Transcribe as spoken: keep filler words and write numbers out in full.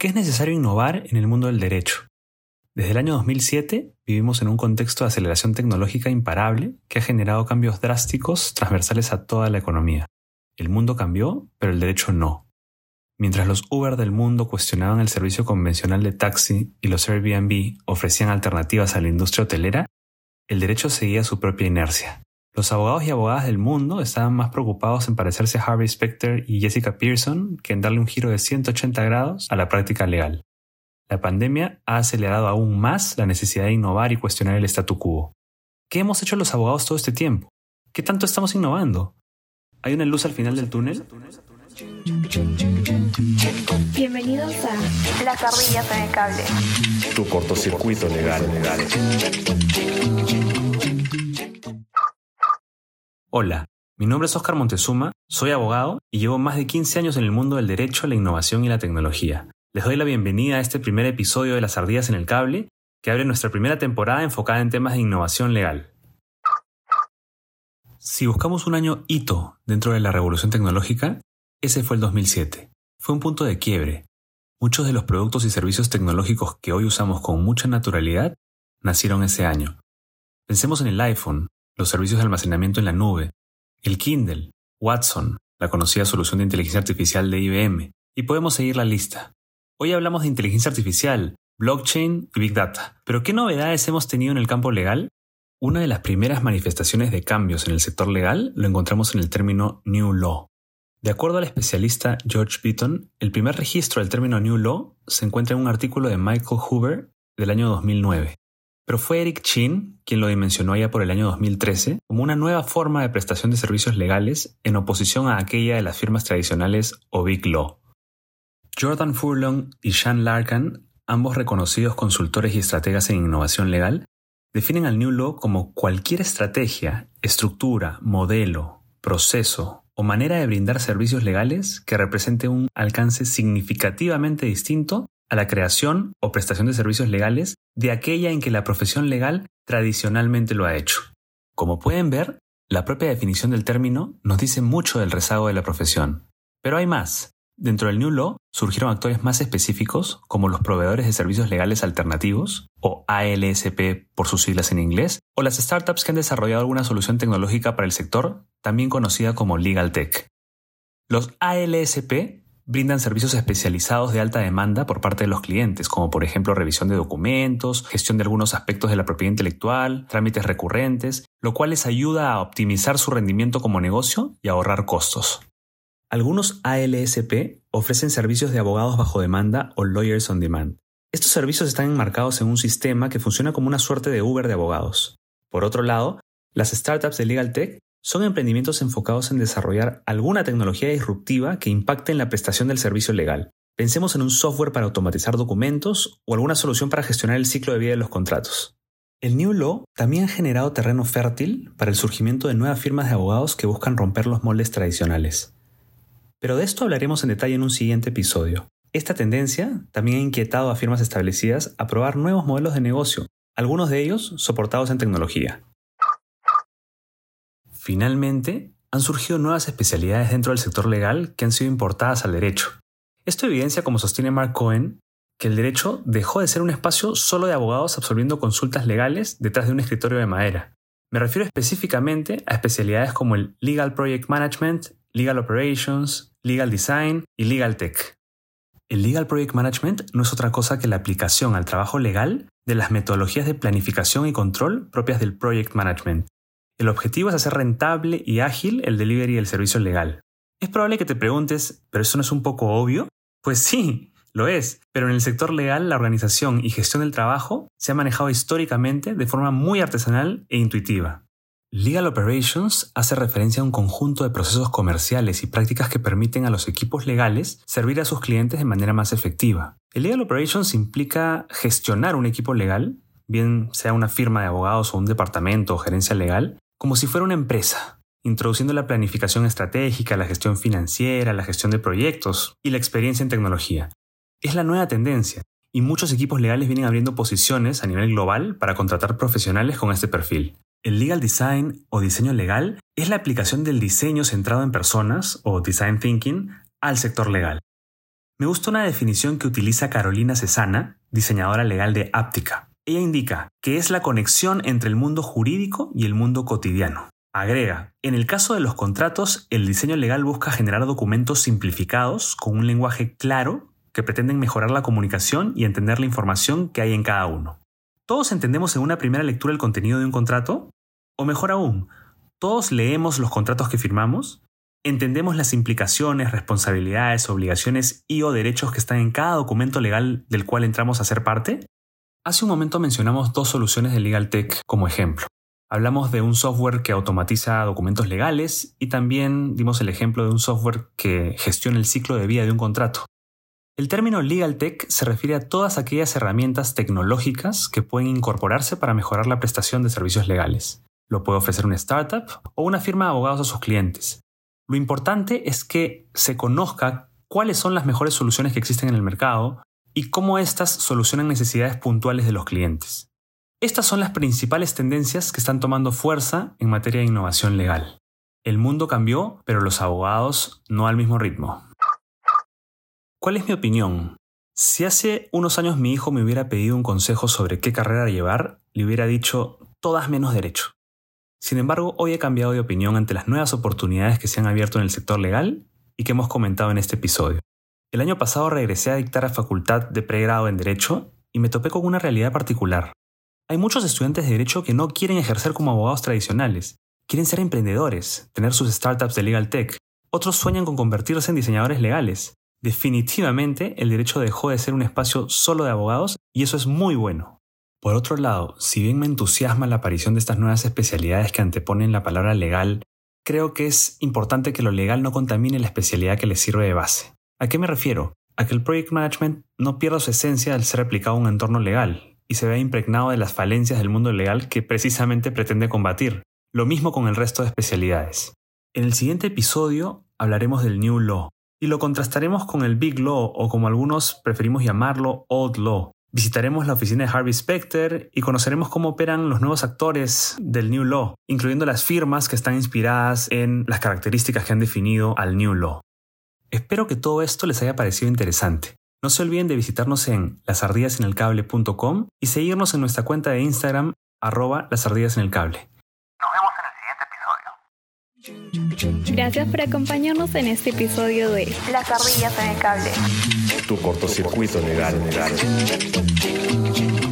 ¿Por qué es necesario innovar en el mundo del derecho? Desde el año dos mil siete vivimos en un contexto de aceleración tecnológica imparable que ha generado cambios drásticos transversales a toda la economía. El mundo cambió, pero el derecho no. Mientras los Uber del mundo cuestionaban el servicio convencional de taxi y los Airbnb ofrecían alternativas a la industria hotelera, el derecho seguía su propia inercia. Los abogados y abogadas del mundo estaban más preocupados en parecerse a Harvey Specter y Jessica Pearson que en darle un giro de ciento ochenta grados a la práctica legal. La pandemia ha acelerado aún más la necesidad de innovar y cuestionar el statu quo. ¿Qué hemos hecho los abogados todo este tiempo? ¿Qué tanto estamos innovando? ¿Hay una luz al final del túnel? Bienvenidos a Las ardillas en el cable. Tu cortocircuito legal, legal. Hola, mi nombre es Oscar Montezuma, soy abogado y llevo más de quince años en el mundo del derecho, la innovación y la tecnología. Les doy la bienvenida a este primer episodio de Las ardillas en el cable, que abre nuestra primera temporada enfocada en temas de innovación legal. Si buscamos un año hito dentro de la revolución tecnológica, ese fue el dos mil siete. Fue un punto de quiebre. Muchos de los productos y servicios tecnológicos que hoy usamos con mucha naturalidad nacieron ese año. Pensemos en el iPhone, los servicios de almacenamiento en la nube, el Kindle, Watson, la conocida solución de inteligencia artificial de I B M, y podemos seguir la lista. Hoy hablamos de inteligencia artificial, blockchain y Big Data. ¿Pero qué novedades hemos tenido en el campo legal? Una de las primeras manifestaciones de cambios en el sector legal lo encontramos en el término New Law. De acuerdo al especialista George Beaton, el primer registro del término New Law se encuentra en un artículo de Michael Hoover del año dos mil nueve. Pero fue Eric Chin quien lo dimensionó ya por el año dos mil trece como una nueva forma de prestación de servicios legales en oposición a aquella de las firmas tradicionales o Big Law. Jordan Furlong y Sean Larkin, ambos reconocidos consultores y estrategas en innovación legal, definen al New Law como cualquier estrategia, estructura, modelo, proceso o manera de brindar servicios legales que represente un alcance significativamente distinto a la creación o prestación de servicios legales de aquella en que la profesión legal tradicionalmente lo ha hecho. Como pueden ver, la propia definición del término nos dice mucho del rezago de la profesión. Pero hay más. Dentro del New Law surgieron actores más específicos como los proveedores de servicios legales alternativos, o A L S P por sus siglas en inglés, o las startups que han desarrollado alguna solución tecnológica para el sector, también conocida como Legal Tech. Los A L S P brindan servicios especializados de alta demanda por parte de los clientes, como por ejemplo revisión de documentos, gestión de algunos aspectos de la propiedad intelectual, trámites recurrentes, lo cual les ayuda a optimizar su rendimiento como negocio y a ahorrar costos. Algunos A L S P ofrecen servicios de abogados bajo demanda o lawyers on demand. Estos servicios están enmarcados en un sistema que funciona como una suerte de Uber de abogados. Por otro lado, las startups de Legal Tech son emprendimientos enfocados en desarrollar alguna tecnología disruptiva que impacte en la prestación del servicio legal. Pensemos en un software para automatizar documentos o alguna solución para gestionar el ciclo de vida de los contratos. El New Law también ha generado terreno fértil para el surgimiento de nuevas firmas de abogados que buscan romper los moldes tradicionales. Pero de esto hablaremos en detalle en un siguiente episodio. Esta tendencia también ha inquietado a firmas establecidas a probar nuevos modelos de negocio, algunos de ellos soportados en tecnología. Finalmente, han surgido nuevas especialidades dentro del sector legal que han sido importadas al derecho. Esto evidencia, como sostiene Mark Cohen, que el derecho dejó de ser un espacio solo de abogados absorbiendo consultas legales detrás de un escritorio de madera. Me refiero específicamente a especialidades como el Legal Project Management, Legal Operations, Legal Design y Legal Tech. El Legal Project Management no es otra cosa que la aplicación al trabajo legal de las metodologías de planificación y control propias del Project Management. El objetivo es hacer rentable y ágil el delivery del servicio legal. Es probable que te preguntes, ¿pero eso no es un poco obvio? Pues sí, lo es, pero en el sector legal la organización y gestión del trabajo se ha manejado históricamente de forma muy artesanal e intuitiva. Legal Operations hace referencia a un conjunto de procesos comerciales y prácticas que permiten a los equipos legales servir a sus clientes de manera más efectiva. El Legal Operations implica gestionar un equipo legal, bien sea una firma de abogados o un departamento o gerencia legal, como si fuera una empresa, introduciendo la planificación estratégica, la gestión financiera, la gestión de proyectos y la experiencia en tecnología. Es la nueva tendencia y muchos equipos legales vienen abriendo posiciones a nivel global para contratar profesionales con este perfil. El Legal Design o diseño legal es la aplicación del diseño centrado en personas o Design Thinking al sector legal. Me gusta una definición que utiliza Carolina Cesana, diseñadora legal de Áptica. Ella indica que es la conexión entre el mundo jurídico y el mundo cotidiano. Agrega, en el caso de los contratos, el diseño legal busca generar documentos simplificados con un lenguaje claro que pretenden mejorar la comunicación y entender la información que hay en cada uno. ¿Todos entendemos en una primera lectura el contenido de un contrato? O mejor aún, ¿todos leemos los contratos que firmamos? ¿Entendemos las implicaciones, responsabilidades, obligaciones y o derechos que están en cada documento legal del cual entramos a ser parte? Hace un momento mencionamos dos soluciones de LegalTech como ejemplo. Hablamos de un software que automatiza documentos legales y también dimos el ejemplo de un software que gestiona el ciclo de vida de un contrato. El término LegalTech se refiere a todas aquellas herramientas tecnológicas que pueden incorporarse para mejorar la prestación de servicios legales. Lo puede ofrecer una startup o una firma de abogados a sus clientes. Lo importante es que se conozca cuáles son las mejores soluciones que existen en el mercado y cómo éstas solucionan necesidades puntuales de los clientes. Estas son las principales tendencias que están tomando fuerza en materia de innovación legal. El mundo cambió, pero los abogados no al mismo ritmo. ¿Cuál es mi opinión? Si hace unos años mi hijo me hubiera pedido un consejo sobre qué carrera llevar, le hubiera dicho todas menos derecho. Sin embargo, hoy he cambiado de opinión ante las nuevas oportunidades que se han abierto en el sector legal y que hemos comentado en este episodio. El año pasado regresé a dictar a facultad de pregrado en Derecho y me topé con una realidad particular. Hay muchos estudiantes de Derecho que no quieren ejercer como abogados tradicionales, quieren ser emprendedores, tener sus startups de LegalTech. Otros sueñan con convertirse en diseñadores legales. Definitivamente, el Derecho dejó de ser un espacio solo de abogados y eso es muy bueno. Por otro lado, si bien me entusiasma la aparición de estas nuevas especialidades que anteponen la palabra legal, creo que es importante que lo legal no contamine la especialidad que le sirve de base. ¿A qué me refiero? A que el Project Management no pierda su esencia al ser aplicado a un entorno legal y se vea impregnado de las falencias del mundo legal que precisamente pretende combatir. Lo mismo con el resto de especialidades. En el siguiente episodio hablaremos del New Law y lo contrastaremos con el Big Law o como algunos preferimos llamarlo Old Law. Visitaremos la oficina de Harvey Specter y conoceremos cómo operan los nuevos actores del New Law, incluyendo las firmas que están inspiradas en las características que han definido al New Law. Espero que todo esto les haya parecido interesante. No se olviden de visitarnos en las ardillas en el cable punto com y seguirnos en nuestra cuenta de Instagram, arroba lasardillasenelcable. Nos vemos en el siguiente episodio. Gracias por acompañarnos en este episodio de Las Ardillas en el Cable. Tu cortocircuito legal, legal.